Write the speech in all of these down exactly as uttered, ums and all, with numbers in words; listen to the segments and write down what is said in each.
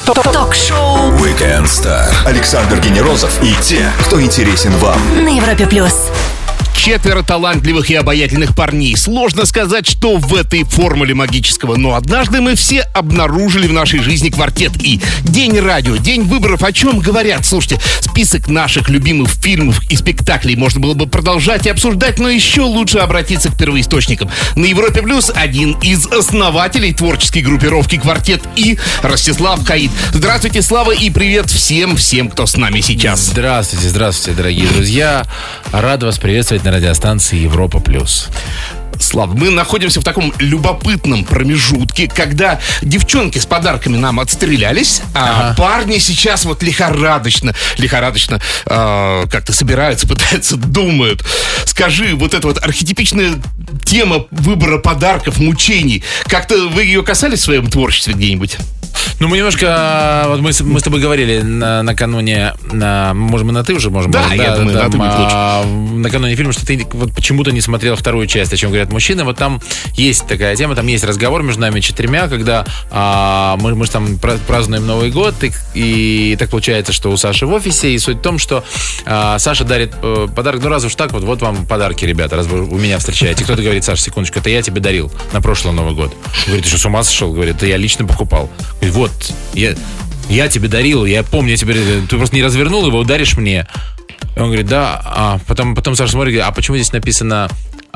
Ток-шоу Weekend Star. Александр Генерозов и те, кто интересен вам. На Европе плюс. Четверо талантливых и обаятельных парней. Сложно сказать, что в этой формуле магического, но однажды мы все обнаружили в нашей жизни квартет И. День радио, день выборов. О чем говорят? Слушайте, список наших любимых фильмов и спектаклей можно было бы продолжать и обсуждать, но еще лучше обратиться к первоисточникам. На Европе плюс один из основателей творческой группировки квартет И, Ростислав Хаид. Здравствуйте, Слава, и привет всем, всем, кто с нами сейчас. Здравствуйте, здравствуйте, дорогие друзья. Рад вас приветствовать на радиостанции Европа плюс. Слав, мы находимся в таком любопытном промежутке, когда девчонки с подарками нам отстрелялись, а ага. парни сейчас вот лихорадочно, лихорадочно э, как-то собираются, пытаются, думают. Скажи, вот эта вот архетипичная тема выбора подарков, мучений, как-то вы ее касались в своем творчестве где-нибудь? Ну, мы немножко, вот мы, мы с тобой говорили на, накануне, на, может, мы на «ты» уже можем? Да, говорить? я да, думаю, там, на «ты» будет лучше. А, накануне фильма, что ты вот почему-то не смотрел вторую часть, о чем говорят мужчины. Вот там есть такая тема, там есть разговор между нами четырьмя, когда а, мы, мы же там празднуем Новый год, и, и так получается, что у Саши в офисе, и суть в том, что а, Саша дарит э, подарок, ну раз уж так, вот, вот вам подарки, ребята, раз вы у меня встречаете. Кто-то говорит: Саша, секундочку, это я тебе дарил на прошлый Новый год. Говорит: ты что, с ума сошел? Говорит: это я лично покупал. Говорит: вот, я... Я тебе дарил, я помню, я тебе... Ты просто не развернул его, ударишь мне. И он говорит: да. А потом, потом Саша смотрит и говорит: а почему здесь написано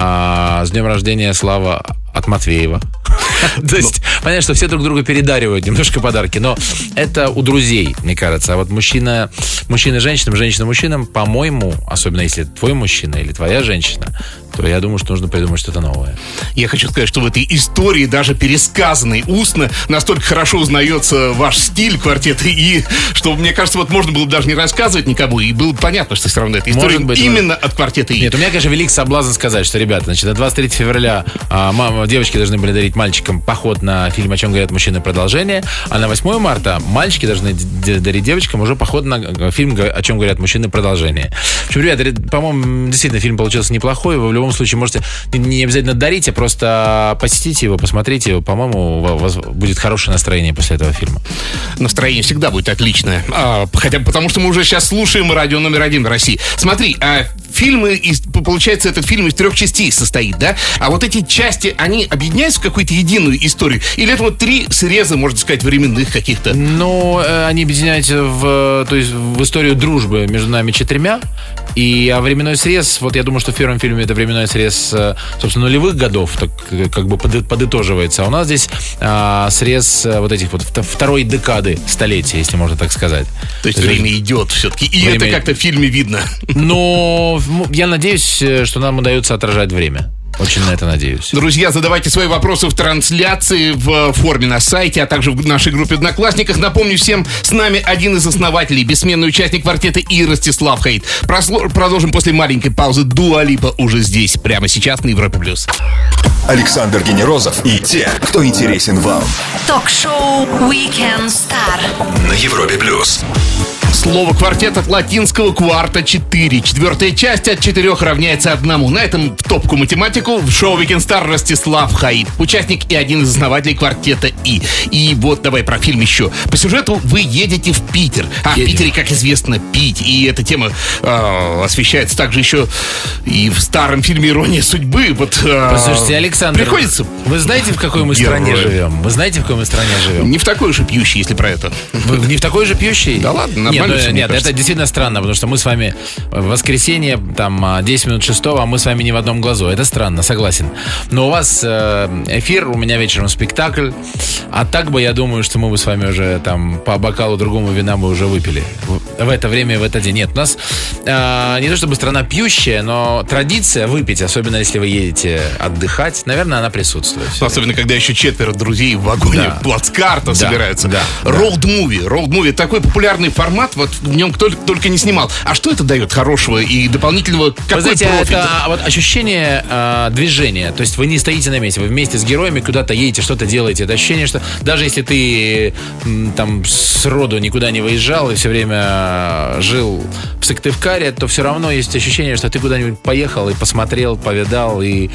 а, «С днем рождения, Слава» от Матвеева? То есть, понятно, что все друг другу передаривают немножко подарки, но это у друзей, мне кажется. А вот мужчина, мужчина женщинам, женщина мужчинам, по-моему, особенно если твой мужчина или твоя женщина, то я думаю, что нужно придумать что-то новое. Я хочу сказать, что в этой истории, даже пересказанной устно, настолько хорошо узнается ваш стиль квартета И, что, мне кажется, вот можно было бы даже не рассказывать никому, и было бы понятно, что все равно эта история быть, именно может... от квартета И. Нет, у меня, конечно, велик соблазн сказать, что, ребята, значит, на двадцать третьего февраля а, мама, девочки должны были дарить мальчикам поход на фильм «О чем говорят мужчины» продолжение, а на восьмое марта мальчики должны дарить девочкам уже поход на фильм «О чем говорят мужчины» продолжение. В общем, ребята, по-моему, действительно фильм получился неплохой, вы в любом случае можете не обязательно дарить, а просто посетите его, посмотрите его. По-моему, у вас будет хорошее настроение после этого фильма. Настроение всегда будет отличное. А, хотя бы потому, что мы уже сейчас слушаем радио номер один в России. Смотри, а фильмы, из, получается, этот фильм из трех частей состоит, да? А вот эти части, они объединяются в какую-то единую историю? Или это вот три среза, можно сказать, временных каких-то? Ну, они объединяются в, то есть, в историю дружбы между нами четырьмя. И а временной срез, вот я думаю, что в первом фильме это временной срез, собственно, нулевых годов, так как бы подытоживается. А у нас здесь а, срез вот этих вот второй декады столетия, если можно так сказать. То есть, то есть время идет все-таки, и время... это как-то в фильме видно. Но я надеюсь, что нам удается отражать время. Очень на это надеюсь. Друзья, задавайте свои вопросы в трансляции в форме на сайте, а также в нашей группе «Одноклассниках». Напомню всем, с нами один из основателей, бессменный участник квартета И, Ростислав Хаид. Продолжим после маленькой паузы. Дуа Липа уже здесь, прямо сейчас на Европе плюс. Александр Генерозов и те, кто интересен вам. Ток-шоу Weekend Star на Европе плюс. Слово «квартет» от латинского «кварта» — четыре. Четвертая часть от четырех равняется одному. На этом в топку математику в шоу Weekend Star Ростислав Хаид, участник и один из основателей квартета И. И вот давай про фильм еще. По сюжету вы едете в Питер. А Едем. В Питере, как известно, пить. И эта тема э, освещается также еще и в старом фильме «Ирония судьбы». Вот, э, Послушайте, Александр, приходится... вы знаете, в какой мы Герой. стране живем? Вы знаете, в какой мы стране живем? Не в такой же пьющей, если про это. Вы не в такой же пьющей? Да ладно, Нет, все, нет, это действительно странно, потому что мы с вами в воскресенье, там, десять минут шестого, а мы с вами не в одном глазу. Это странно, согласен. Но у вас э, эфир, у меня вечером спектакль. А так бы, я думаю, что мы бы с вами уже там по бокалу другому вина мы уже выпили. В, в это время и в этот день. Нет, у нас э, не то чтобы страна пьющая, но традиция выпить, особенно если вы едете отдыхать, наверное, она присутствует. Особенно, когда еще четверо друзей в вагоне да. плацкарта да. собираются. Да. Роуд-муви. Роуд-муви. Такой популярный формат, вот в нем кто только не снимал. А что это дает хорошего и дополнительного? Какой вы знаете, профит? это вот ощущение э, движения. То есть вы не стоите на месте, вы вместе с героями куда-то едете, что-то делаете. Это ощущение, что даже если ты м, там сроду никуда не выезжал и все время жил в Сыктывкаре, то все равно есть ощущение, что ты куда-нибудь поехал и посмотрел, повидал и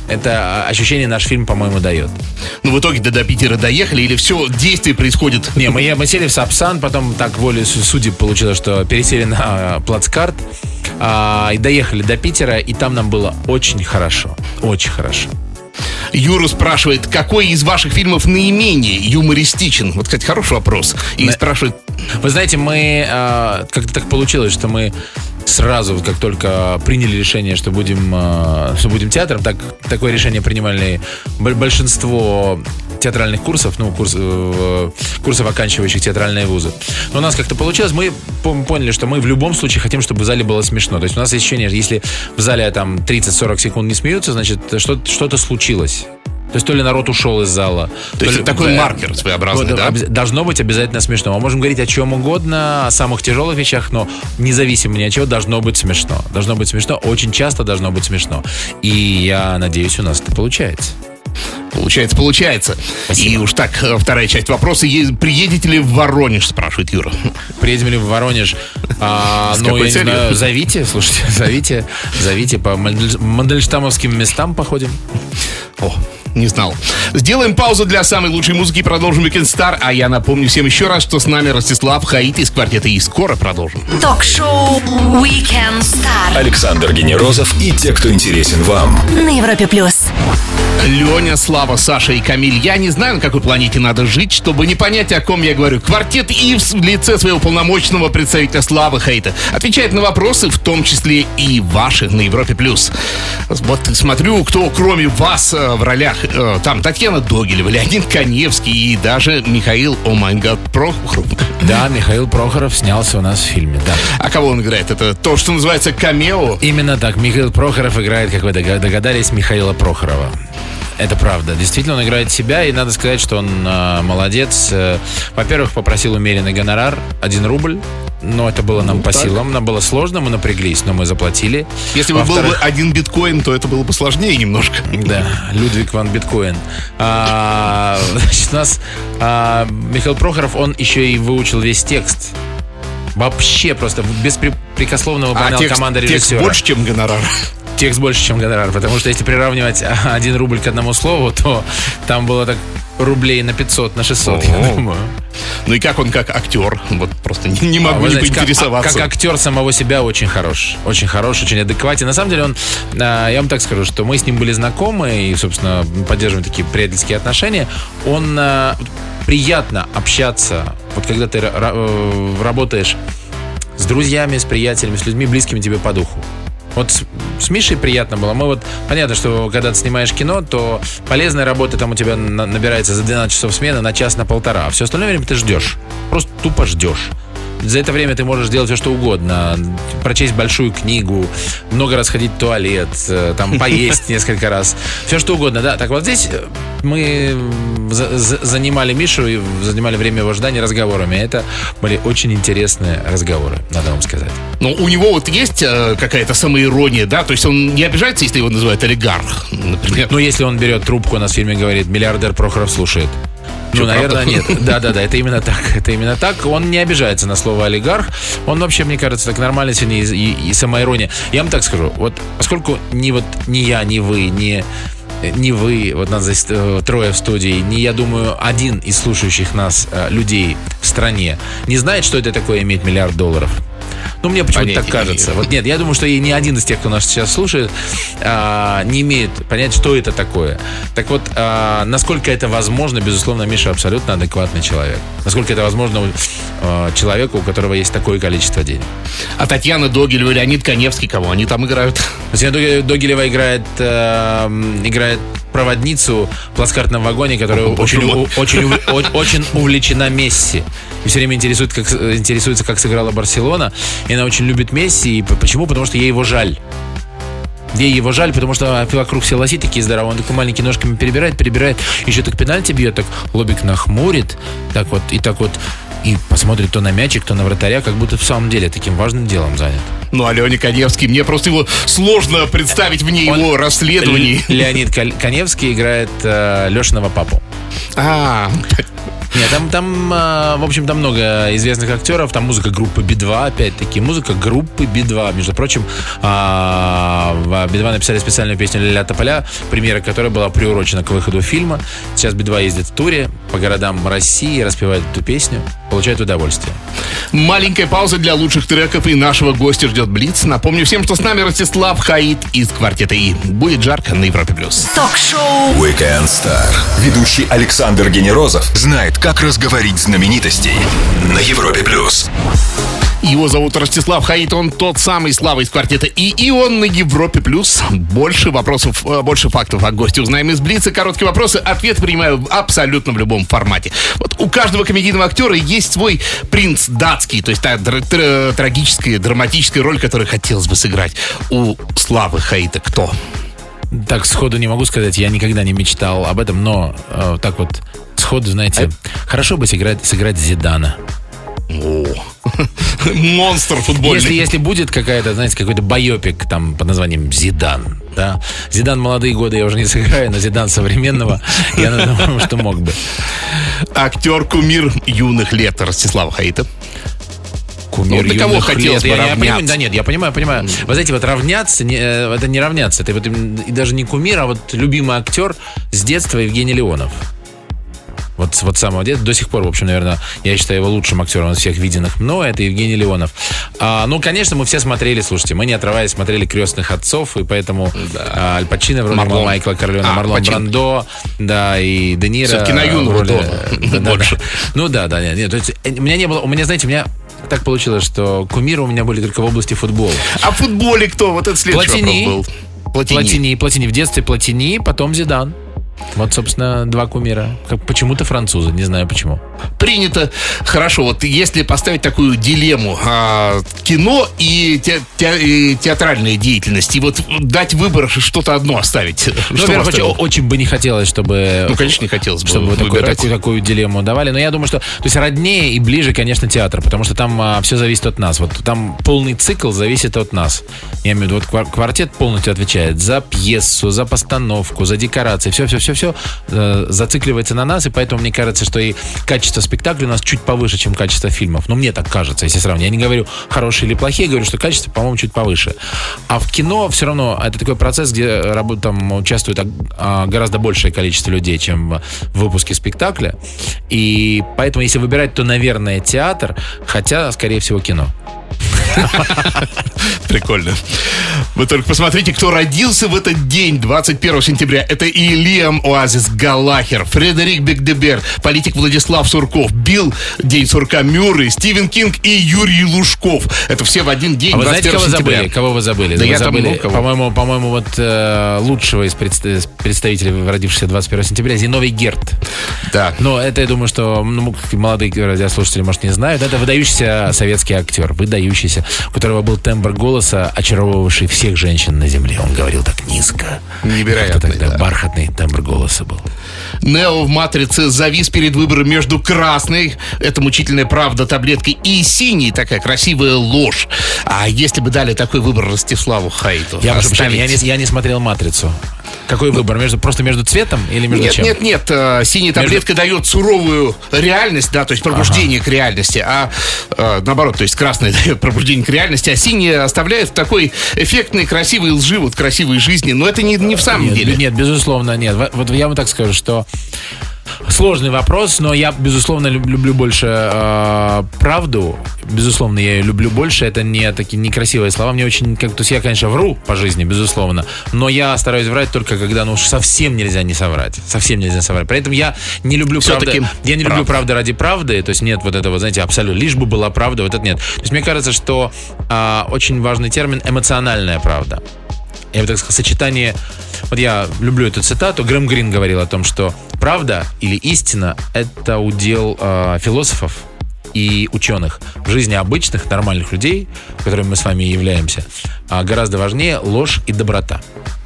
это ощущение наш фильм, по-моему, дает. Ну, в итоге до Питера доехали или все действие происходит? Не, мы, мы сели в Сапсан, потом так волей судеб получилось, что пересели на плацкарт а, и доехали до Питера, и там нам было очень хорошо, очень хорошо. Юра спрашивает, какой из ваших фильмов наименее юмористичен? Вот, кстати, хороший вопрос. И да. спрашивает... Вы знаете, мы... Э, как-то так получилось, что мы сразу, как только приняли решение, что будем, э, что будем театром, так, такое решение принимали большинство театральных курсов, ну, курс, э, курсов, оканчивающих театральные вузы. Но у нас как-то получилось, мы поняли, что мы в любом случае хотим, чтобы в зале было смешно. То есть у нас есть ощущение, если в зале там тридцать-сорок секунд не смеются, значит, что-то, что-то случилось. То есть то ли народ ушел из зала. То, то есть ли, это такой да, маркер своеобразный, вот, да? Должно быть обязательно смешно. Мы можем говорить о чем угодно, о самых тяжелых вещах, но независимо ни от чего должно быть смешно. Должно быть смешно, очень часто должно быть смешно. И я надеюсь, у нас это получается. Получается, получается. Спасибо. И уж так, вторая часть вопроса. Приедете ли в Воронеж, спрашивает Юра. Приедем ли в Воронеж? А, ну, я не целью? знаю, зовите, слушайте, зовите, зовите, по мандельштамовским местам походим. О, не знал. Сделаем паузу для самой лучшей музыки и продолжим Weekend Star. А я напомню всем еще раз, что с нами Ростислав Хаит из «Квартета». И скоро продолжим. Ток-шоу Weekend Star Александр Генерозов и те, кто интересен вам. на Европе плюс. Леня, Слава, Саша и Камиль. Я не знаю, на какой планете надо жить, чтобы не понять, о ком я говорю. «Квартет» и в лице своего полномочного представителя Славы Хаита отвечает на вопросы, в том числе и ваши, на Европе+. Вот смотрю, кто кроме вас в ролях. Там Татьяна Догилева, Леонид Каневский и даже Михаил Омайгад Прохоров. Да, Михаил Прохоров снялся у нас в фильме, да. А кого он играет? Это то, что называется камео? Именно так. Михаил Прохоров играет, как вы догадались, Михаила Прохорова. Это правда. Действительно, он играет себя, и надо сказать, что он э, молодец. Э, во-первых, попросил умеренный гонорар, один рубль. Но это было нам ну, по так. силам. Нам было сложно, мы напряглись, но мы заплатили. Если бы был бы один биткоин, то это было бы сложнее немножко. Да, Людвиг ван Биткоин. А, значит, у нас а, Михаил Прохоров, он еще и выучил весь текст. Вообще просто беспрекословно выполнял а, команду режиссера. Текст больше, чем гонорар. Текст больше, чем гонорар, потому что если приравнивать один рубль к одному слову, то там было так рублей на пятьсот, на шестьсот, О-о-о. я думаю. Ну и как он как актер? Вот просто не, не могу а, не знаете, поинтересоваться. Как, как актер самого себя очень хорош. Очень хорош, очень адекватен. На самом деле он, я вам так скажу, что мы с ним были знакомы и, собственно, поддерживаем такие приятельские отношения. Он приятно общаться, вот когда ты работаешь с друзьями, с приятелями, с людьми, близкими тебе по духу. Вот с, с Мишей приятно было. Мы вот, понятно, что когда ты снимаешь кино, то полезная работа там у тебя на, набирается за двенадцать часов смены на час, на полтора. А все остальное время ты ждешь. Просто тупо ждешь. За это время ты можешь делать все, что угодно. Прочесть большую книгу, много раз ходить в туалет, там, поесть несколько раз. Все, что угодно, да. Так вот здесь мы за- за- занимали Мишу и занимали время его ожидания разговорами. Это были очень интересные разговоры, надо вам сказать. Ну, у него вот есть э, какая-то самоирония, да? То есть он не обижается, если его называют олигарх, например? Ну, если он берет трубку, у нас в фильме говорит, миллиардер Прохоров слушает. Ну, Что, наверное, правда? Нет. Да-да-да, это именно так. Это именно так. Он не обижается на слово олигарх. Он вообще, мне кажется, так нормально сегодня и, и, и самоирония. Я вам так скажу. Вот поскольку ни вот ни я, ни вы, ни, ни вы, вот нас здесь трое в студии, ни, я думаю, один из слушающих нас людей в стране не знает, что это такое иметь миллиард долларов. Ну, мне почему-то так кажется. Вот нет, я думаю, что и ни один из тех, кто нас сейчас слушает, а, не имеет понять, что это такое. Так вот, а, насколько это возможно, безусловно, Миша абсолютно адекватный человек. Насколько это возможно а, человеку, у которого есть такое количество денег. А Татьяна Догилева, Леонид Каневский, кого они там играют? Татьяна Догилева играет, а, играет проводницу в плацкартном вагоне, которая очень, у, очень, очень, очень увлечена Месси. И все время интересует, как, интересуется, как сыграла Барселона. И она очень любит Месси. И почему? Потому что ей его жаль. Ей его жаль, потому что вокруг все лоси такие здоровые. Он такой маленький ножками перебирает, перебирает. Еще так пенальти бьет, так лобик нахмурит. Так вот, и так вот. И посмотрит то на мячик, то на вратаря, как будто в самом деле таким важным делом занят. Ну, а Леонид Каневский, мне просто его сложно представить вне Он, его расследований. Леонид Каневский играет э, Лешиного папу. А, Нет, там, там, в общем, там много известных актеров. Там музыка группы би два, опять-таки. Музыка группы би два. Между прочим, в би два написали специальную песню «Ля-ля тополя», премьера которой была приурочена к выходу фильма. Сейчас би два ездит в туре по городам России, распевает эту песню, получает удовольствие. Маленькая пауза для лучших треков, и нашего гостя ждет Блиц. Напомню всем, что с нами Ростислав Хаит из «Квартета И». Будет жарко на Европе плюс. Ток-шоу Weekend Star. Ведущий Александр Генерозов знает, как разговорить знаменитостей на Европе плюс. Его зовут Ростислав Хаит, он тот самый Слава из «Квартета И», и он на Европе плюс. Больше вопросов, больше фактов о госте узнаем из Блица. Короткие вопросы, ответ принимаю абсолютно в любом формате. Вот у каждого комедийного актера есть свой принц датский, то есть та др- тр- трагическая, драматическая роль, которую хотелось бы сыграть. У Славы Хаита кто? Так сходу не могу сказать, я никогда не мечтал об этом, но э, так вот сходу, знаете, а... хорошо бы сыграть, сыграть Зидана. О, монстр футбольный. Если, если будет какая-то, знаете, какой-то байопик там под названием «Зидан», да? Зидан молодые годы я уже не сыграю, но Зидан современного я думаю, что мог бы. Актер-кумир юных лет Ростислава Хаита. Кумир ну, до кого хотелось лет. бы я, равняться? Я понимаю, да нет, я понимаю, понимаю. Вы знаете, вот равняться, не, это не равняться. Это вот, и даже не кумир, а вот любимый актер с детства Евгений Леонов. Вот, вот с самого детства, до сих пор, в общем, наверное, я считаю его лучшим актером из всех виденных мной, это Евгений Леонов. А, ну, конечно, мы все смотрели, слушайте, мы не отрываясь смотрели «Крестных отцов», и поэтому да. а, Аль Пачино в роли Марлон. Майкла Корлеона, а, Марлон Пачино. Брандо, да, и Де Ниро. Все-таки на юного роли, да, больше. Да, да. Ну да, да, нет, нет, то есть у меня не было, у меня, знаете, у меня так получилось, что кумиры у меня были только в области футбола. А в футболе кто? Вот это следующий Платини, вопрос был. Платини. Платини, Платини в детстве, Платини, потом Зидан. Вот, собственно, два кумира. Почему-то французы, не знаю почему. Принято. Хорошо, вот если поставить такую дилемму а, кино и, те, те, и театральная деятельность, и вот дать выбор, что-то одно оставить. Ну, во-первых, очень, очень бы не хотелось, чтобы... Ну, конечно, не хотелось бы чтобы такую, такую, такую дилемму давали. Но я думаю, что... То есть роднее и ближе, конечно, театр, потому что там а, все зависит от нас. Вот там полный цикл зависит от нас. Я имею в виду, вот «Квартет» полностью отвечает за пьесу, за постановку, за декорации. Все-все-все-все э, зацикливается на нас, и поэтому мне кажется, что и качество спектакля у нас чуть повыше, чем качество фильмов. Ну, мне так кажется, если сравнивать. Я не говорю хорошие или плохие, я говорю, что качество, по-моему, чуть повыше. А в кино все равно это такой процесс, где там участвует гораздо большее количество людей, чем в выпуске спектакля. И поэтому, если выбирать, то, наверное, театр, хотя, скорее всего, кино. Прикольно. Вы только посмотрите, кто родился в этот день, двадцать первого сентября. Это и Лиам Оазис Галлахер, Фредерик Бекдебер, политик Владислав Сурков, Билл День сурка Мюррей, Стивен Кинг и Юрий Лужков. Это все в один день, а вы двадцать первого знаете, кого сентября. Забыли? Кого вы забыли? Да вы я забыли, там, ну, кого? По-моему, по-моему, вот э, лучшего из представителей, родившихся двадцать первого сентября, Зиновий Герд. Да. Но это, я думаю, что ну, молодые радиослушатели, может, не знают. Это выдающийся советский актер, выдающийся, у которого был тембр голоса, очаровывавший всех женщин на земле. Он говорил так низко. Невероятный, тогда да. Бархатный тембр голоса был. Нео в «Матрице» завис перед выбором между красной, это мучительная правда, таблеткой, и синей, такая красивая ложь. А если бы дали такой выбор Ростиславу Хаиту? Я, я, не, я не смотрел «Матрицу». Какой выбор? Между, просто между цветом или между нет, чем? Нет, нет, нет. Синяя таблетка между... дает суровую реальность, да, то есть пробуждение ага. к реальности, а э, наоборот, то есть красная дает пробуждение к реальности, а синяя оставляет в такой эффектной, красивой лжи, вот красивой жизни. Но это не, не в самом нет, деле. Нет, безусловно, нет. Вот я вам так скажу, что сложный вопрос, но я, безусловно, люблю больше э, правду. Безусловно, я ее люблю больше. Это не такие некрасивые слова. Мне очень, как, то есть я, конечно, вру по жизни, безусловно, но я стараюсь врать только когда, ну, уж совсем нельзя не соврать. Совсем нельзя соврать. При этом я не люблю правды. Я не люблю правда. правды ради правды. То есть нет вот этого, знаете, абсолютно. Лишь бы была правда, вот это нет. То есть мне кажется, что э, очень важный термин эмоциональная правда. Я бы так сказал, сочетание... Вот я люблю эту цитату. Грэм Грин говорил о том, что правда или истина — это удел э, философов и ученых. В жизни обычных, нормальных людей, которыми мы с вами являемся, э, гораздо важнее ложь и доброта.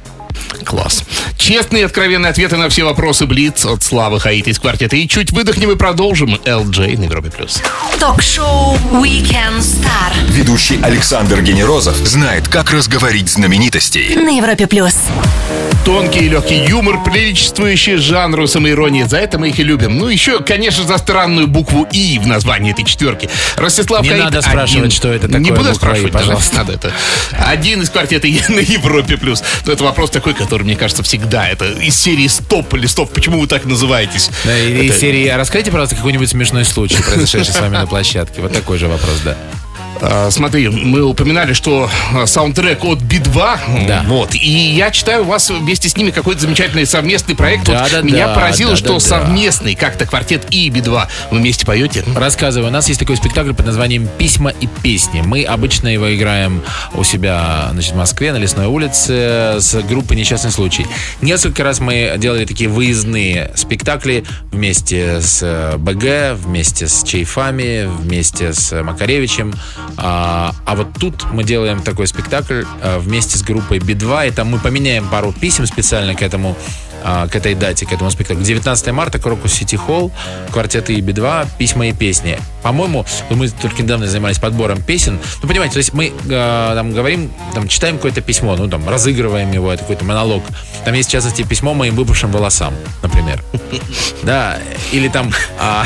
Класс. Честные и откровенные ответы на все вопросы Блиц от Славы Хаита из «Квартета». И чуть выдохнем и продолжим. эл джей на Европе плюс. Ток-шоу Weekend Star. Ведущий Александр Генерозов знает, как разговорить знаменитостей На Европе плюс. Тонкий и легкий юмор, приличествующий жанру самоиронии. За это мы их и любим. Ну, еще, конечно, за странную букву «И» в названии этой четверки. Ростислав Не Хаит надо спрашивать, один. что это такое. Не буду буква спрашивать, «И», пожалуйста. Надо это. Один из квартета «И» на Европе+. Но это вопрос такой, который, мне кажется, всегда. Это из серии «Стоп» или «Стоп». Почему вы так называетесь? Да, и из Это- серии «А расскажите, пожалуйста, какой-нибудь смешной случай, произошедший с вами на площадке». Вот такой же вопрос, да. А, смотри, мы упоминали, что а, саундтрек от Би два. Да. Вот. И я читаю, у вас вместе с ними какой-то замечательный совместный проект. Да, Вот да, меня да, поразило, да, что да, да. совместный как-то квартет и Би два вы вместе поете. Рассказываю, у нас есть такой спектакль под названием «Письма и песни». Мы обычно его играем у себя, значит, в Москве, на Лесной улице, с группой «Несчастный случай». Несколько раз мы делали такие выездные спектакли вместе с э, БГ, вместе с Чайфами, вместе с Макаревичем. А, а вот тут мы делаем такой спектакль э, вместе с группой Би два, и там мы поменяем пару писем специально к этому а, к этой дате, к этому спектаклю. девятнадцатого марта, Крокус Сити Холл, квартеты и Би два, «Письма и песни». По-моему, мы только недавно занимались подбором песен. Ну, понимаете, то есть мы э, там говорим, там, читаем какое-то письмо, ну, там, разыгрываем его, это какой-то монолог. Там есть, в частности, письмо моим выпавшим волосам, например. Да, или там а,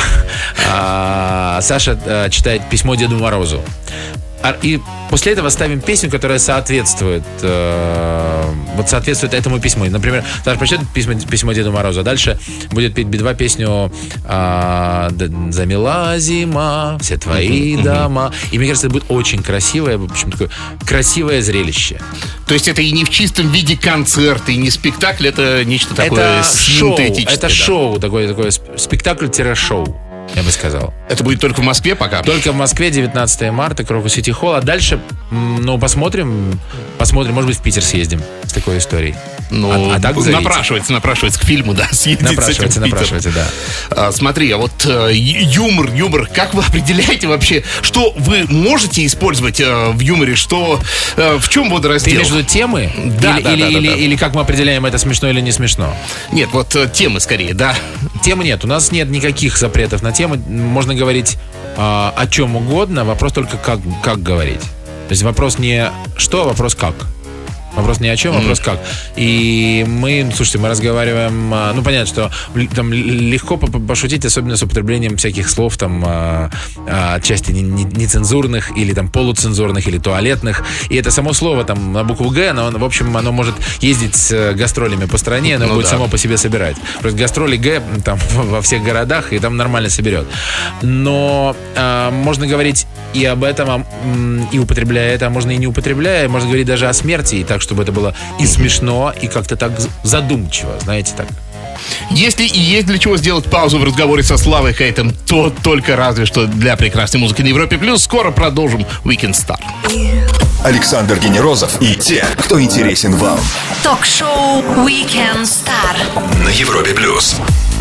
а, Саша а, читает письмо Деду Морозу. А- И после этого ставим песню, которая соответствует э, вот соответствует этому письму. Например, Саша прочитает письмо, письмо Деду Морозу, а дальше будет петь Би два песню э, «Д- «Замела зима, все твои дома». И мне кажется, это будет очень красивое, в общем, такое красивое зрелище. То есть это и не в чистом виде концерт, и не спектакль, это нечто такое Это шоу, синтетическое. это да. шоу, такое, такое сп- спектакль-шоу, я бы сказал. Это будет только в Москве пока? Только в Москве, девятнадцатого марта, Крокус Сити Холл. А дальше, м, ну, посмотрим. Посмотрим, может быть, в Питер съездим с такой историей. Ну, а, а так зовите. напрашивается, напрашивается к фильму, да, съездить с этим Напрашивается, в Питер. напрашивается, да. А, смотри, а вот э, ю- юмор, юмор, как вы определяете вообще, что вы можете использовать э, в юморе, что э, в чем Ты водораздел? имеешь в виду темы? Да, или, да, или, да, да, или, да. или как мы определяем, это смешно или не смешно? Нет, вот э, темы скорее, да. Темы нет. У нас нет никаких запретов на темы. Можно говорить а, о чем угодно. Вопрос только как, как говорить. То есть вопрос не что, а вопрос как. Вопрос не о чем, вопрос как. И мы, слушайте, мы разговариваем, а, ну, понятно, что л- там л- легко по- по- пошутить, особенно с употреблением всяких слов, там, а, а, отчасти не- не- нецензурных, или там полуцензурных, или туалетных. И это само слово там на букву «Г», оно, в общем, оно может ездить с э, гастролями по стране, оно Ну будет да. само по себе собирать. Просто гастроли «Г» там во всех городах, и там нормально соберет. Но а, можно говорить и об этом, а, м, и употребляя это, а можно и не употребляя, можно говорить даже о смерти, и так, чтобы это было и смешно, и как-то так задумчиво, знаете, так. Если и есть для чего сделать паузу в разговоре со Славой Хейтом, то только разве что для прекрасной музыки на Европе+. Плюс. Скоро продолжим Weekend Star. Александр Генерозов и те, кто интересен вам Ток-шоу Weekend Star. на Европе плюс.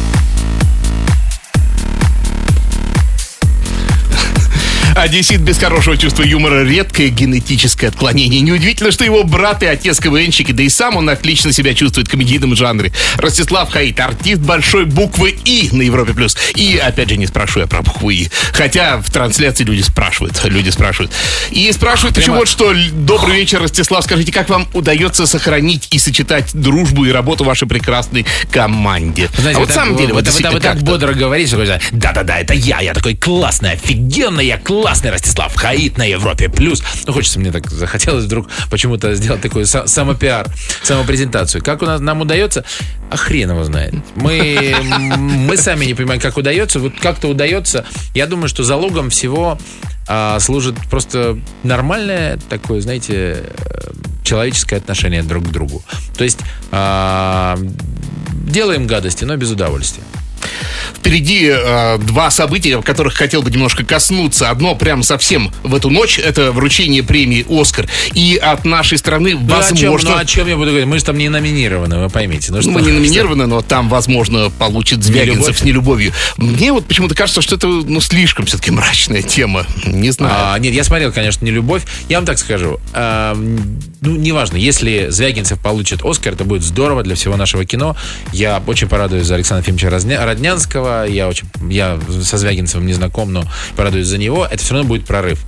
Одессит без хорошего чувства юмора — редкое генетическое отклонение. Неудивительно, что его брат и отец КВНщики, да и сам он отлично себя чувствует в комедийном жанре. Ростислав Хаит — артист большой буквы «И» на Европе+. Плюс. И, опять же, не спрашиваю про букву «И». Хотя в трансляции люди спрашивают, люди спрашивают. И спрашивают еще Прямо- вот что. Добрый вечер, Ростислав. Скажите, как вам удается сохранить и сочетать дружбу и работу в вашей прекрасной команде? Знаете, а вот вы в самом так, деле, вы, вот вы- вы- действительно вы так как-то- бодро говорите, что говорите, да-да-да, это я, я такой классный, офигенный, я классный Ростислав Хаит на Европе плюс. Ну, хочется мне так, захотелось вдруг почему-то сделать такой са- самопиар, самопрезентацию. Как у нас нам удается? А хрен его знает. Мы, мы сами не понимаем, как удается. Вот как-то удается. Я думаю, что залогом всего а, служит просто нормальное такое, знаете, э, человеческое отношение друг к другу. То есть а, делаем гадости, но без удовольствия. Впереди э, два события, которых хотел бы немножко коснуться. Одно прям совсем в эту ночь — это вручение премии «Оскар». И от нашей страны, Ну, о чем, возможно... ну, о чем я буду говорить? Мы же там не номинированы, вы поймите. Ну, Ну, что- мы не номинированы, но там, возможно, получит Звягинцев Нелюбовь? с нелюбовью. Мне вот почему-то кажется, что это, ну, слишком все-таки мрачная тема. Не знаю. А, нет, я смотрел, конечно, «Не любовь». Я вам так скажу. а, ну, неважно, если Звягинцев получит «Оскар», это будет здорово для всего нашего кино. Я очень порадуюсь за Александра Ефимовича Разня- Роднянского. Я, очень, я со Звягинцевым не знаком, но порадуюсь за него. Это все равно будет прорыв.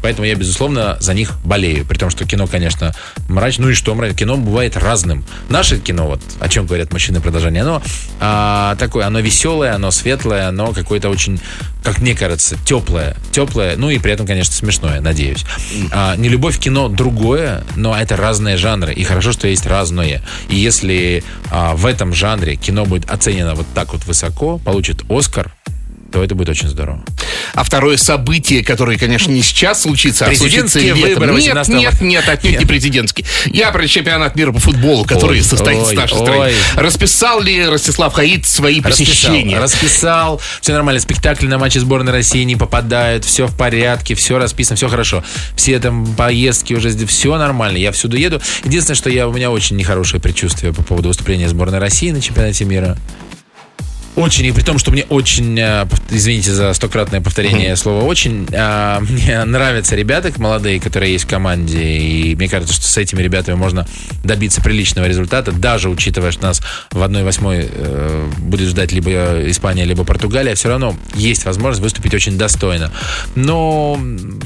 Поэтому я, безусловно, за них болею. При том, что кино, конечно, мрачное. Ну и что мрачное? Кино бывает разным. Наше кино, вот о чем говорят мужчины, продолжение, оно а, такое, оно веселое, оно светлое, оно какое-то очень, как мне кажется, теплое. Теплое, ну и при этом, конечно, смешное, надеюсь. А, нелюбовь к кино другое, но это разные жанры. И хорошо, что есть разное. И если а, в этом жанре кино будет оценено вот так вот высоко, получит Оскар, то это будет очень здорово. А второе событие, которое, конечно, не сейчас случится, а случится летом. Нет, нет, нет, отнюдь нет. Не президентский. Я про чемпионат мира по футболу, который ой, состоится ой, в нашей ой. стране. Расписал ли Ростислав Хаит свои расписал, посещения? Расписал. Все нормально. Спектакли на матче сборной России не попадают. Все в порядке, все расписано, все хорошо. Все там поездки уже, все нормально. Я всюду еду. Единственное, что я, у меня очень нехорошее предчувствие по поводу выступления сборной России на чемпионате мира. Очень, и при том, что мне очень, извините за стократное повторение uh-huh. слова «очень», а, мне нравятся ребята молодые, которые есть в команде, и мне кажется, что с этими ребятами можно добиться приличного результата, даже учитывая, что нас в одной восьмой э, будет ждать либо Испания, либо Португалия, все равно есть возможность выступить очень достойно. Но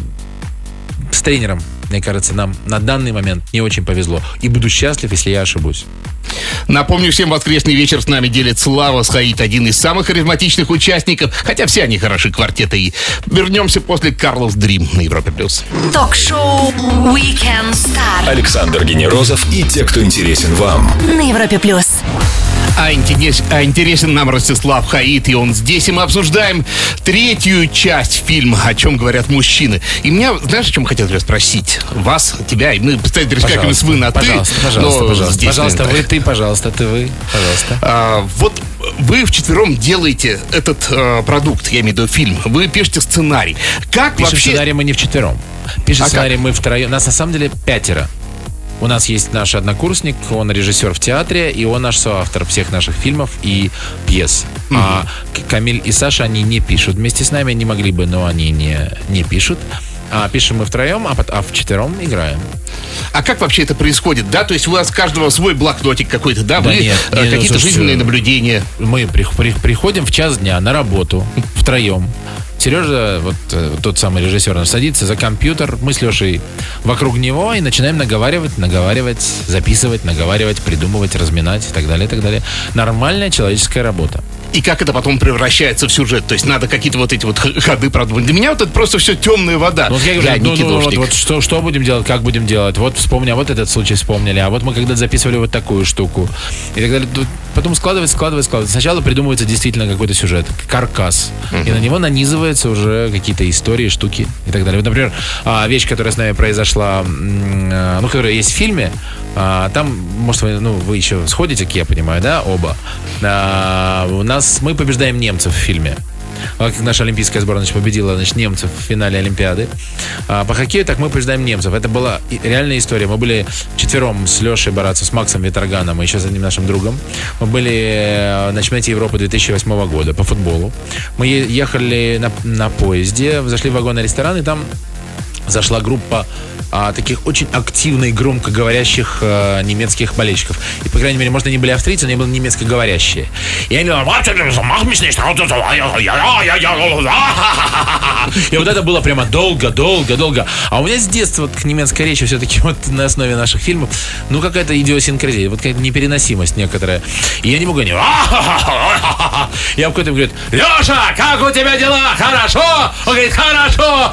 с тренером, мне кажется, нам на данный момент не очень повезло. И буду счастлив, если я ошибусь. Напомню всем, воскресный вечер с нами делит Слава Хаит, один из самых харизматичных участников, хотя все они хороши, квартета. И вернемся после Carlos Dream на Европе+. Ток-шоу Weekend Star. Александр Генерозов и те, кто интересен вам. На Европе+. А, интерес, а интересен нам Ростислав Хаит, и он здесь, и мы обсуждаем третью часть фильма «О чем говорят мужчины». И меня, знаешь, о чем хотел тебя спросить? Вас, тебя, и мы постоянно перескакиваем с «вы» на «ты». Пожалуйста, пожалуйста, пожалуйста. Здесь, пожалуйста, вы, ты, пожалуйста, ты, вы, пожалуйста. А, вот вы вчетвером делаете этот а, продукт, я имею в виду фильм. Вы пишете сценарий. Как Пишем вообще... сценарий мы не вчетвером. Пишем а сценарий как? Мы втроем. Нас на самом деле пятеро. У нас есть наш однокурсник, он режиссер в театре, и он наш соавтор всех наших фильмов и пьес. Mm-hmm. А Камиль и Саша, они не пишут вместе с нами, они могли бы, но они не, не пишут. А пишем мы втроем, а, а вчетвером играем. А как вообще это происходит, да? То есть у вас каждого свой блокнотик какой-то, да? Да Вы нет, нет, какие-то ну, жизненные наблюдения? Мы при, при, приходим в час дня на работу втроем. Сережа, вот тот самый режиссер, он садится за компьютер, мы с Лешей вокруг него и начинаем наговаривать, наговаривать, записывать, наговаривать, придумывать, разминать и так далее, и так далее. Нормальная человеческая работа. И как это потом превращается в сюжет? То есть надо какие-то вот эти вот ходы продумать. Для меня вот это просто все темная вода. Ну, вот я говорю, я ну, не ну, вот, вот что, что будем делать, как будем делать? Вот вспомни, а вот этот случай вспомнили, а вот мы когда-то записывали вот такую штуку. И так далее. Потом складывается, складывается, складывается. Сначала придумывается действительно какой-то сюжет, каркас. Uh-huh. И на него нанизываются уже какие-то истории, штуки и так далее. Вот, например, вещь, которая с нами произошла, ну, которая есть в фильме, там, может, вы, ну, вы еще сходите, как я понимаю, да, оба. У нас мы побеждаем немцев в фильме. Как наша олимпийская сборная победила, значит, немцев в финале Олимпиады. А по хоккею так мы побеждаем немцев. Это была реальная история. Мы были четвером с Лешей Барацем, с Максом Виторганом и еще с одним нашим другом. Мы были на чемпионате Европы две тысячи восьмого года по футболу. Мы ехали на, на поезде, зашли в вагонный ресторан, и там зашла группа а, таких очень активных, громко говорящих а, немецких болельщиков. И, по крайней мере, может, они были австрийцы, но они были немецкоговорящие. И они и вот это было прямо долго, долго, долго. А у меня с детства вот к немецкой речи все-таки вот на основе наших фильмов, ну, какая-то идиосинкразия, вот какая-то непереносимость некоторая. И я не могу не... Я в какой-то говорю: Леша, как у тебя дела? Хорошо? Он говорит: хорошо.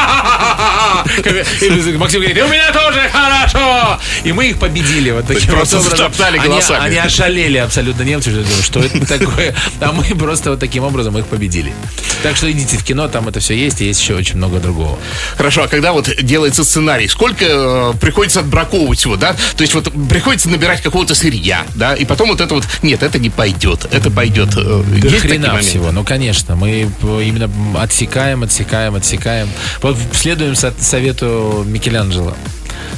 И Максим говорит: и у меня тоже хорошо. И мы их победили вот таким просто вот образом. Голосами. Они, они ошалели абсолютно, немцы. Что это такое? А мы просто вот таким образом их победили. Так что идите в кино, там это все есть, и есть еще очень много другого. Хорошо, а когда вот делается сценарий, сколько э, приходится отбраковывать всего, да? То есть вот приходится набирать какого-то сырья, да? И потом вот это вот, нет, это не пойдет, это пойдет. Э, да есть хрена всего, ну конечно. Мы именно отсекаем, отсекаем, отсекаем. Вот следуем совету Микеланджело.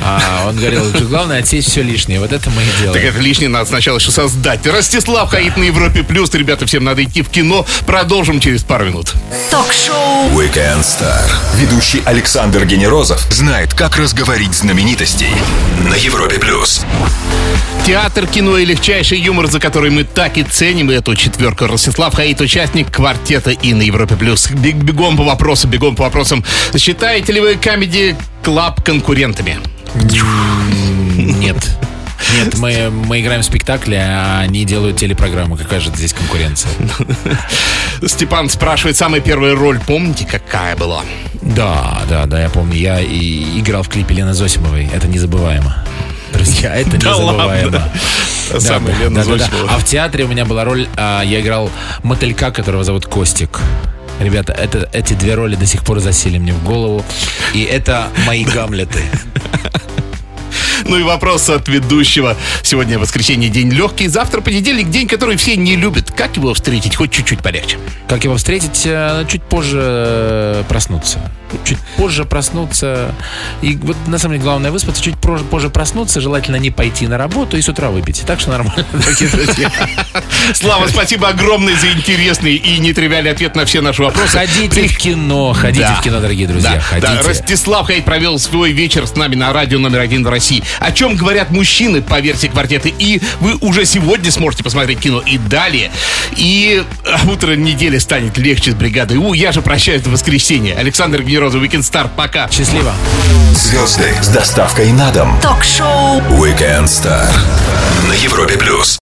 А он говорил, что главное отсечь все лишнее. Вот это мы и делаем. Так это лишнее надо сначала еще создать. Ростислав Хаит на Европе Плюс. Ребята, всем надо идти в кино. Продолжим через пару минут. Ток-шоу Weekend Star. Ведущий Александр Генерозов знает, как разговорить знаменитостей на Европе Плюс. Театр, кино и легчайший юмор, за который мы так и ценим эту четверку. Ростислав Хаит, участник квартета и на Европе Плюс. Бег- Бегом по вопросам, бегом по вопросам. Считаете ли вы Comedy Club конкурентами? Нет. Нет, мы, мы играем в спектакле, а они делают телепрограмму. Какая же здесь конкуренция? Степан спрашивает, самая первая роль, помните, какая была? Да, да, да, я помню. Я и играл в клипе Лены Зосимовой. Это незабываемо. Друзья, это Да незабываемо. ладно. Да, Самая да, Лена да, да, да. Зосимова. А в театре у меня была роль, а, я играл мотылька, которого зовут Костик. Ребята, это, эти две роли до сих пор засели мне в голову. И это мои Гамлеты. Ну и вопрос от ведущего. Сегодня воскресенье, день легкий. Завтра понедельник, день, который все не любят. Как его встретить? Хоть чуть-чуть полегче. Как его встретить? Э, Чуть позже проснуться. Чуть позже проснуться. И вот на самом деле главное выспаться. Чуть позже позже проснуться. Желательно не пойти на работу и с утра выпить. Так что нормально, дорогие друзья. Слава, спасибо огромное за интересный и нетривиальный ответ на все наши вопросы. Ходите в кино. Ходите Да. в кино, дорогие друзья. Да, Ходите. да. Ростислав Хаит провел свой вечер с нами на радио номер один в России. О чем говорят мужчины по версии квартета. И вы уже сегодня сможете посмотреть кино и далее. И утро недели станет легче с бригадой У. Я же прощаюсь до воскресенья. Александр Генерозов, Weekend Star. Пока. Счастливо. Звезды с доставкой на дом. Ток-шоу Weekend Star на Европе Плюс.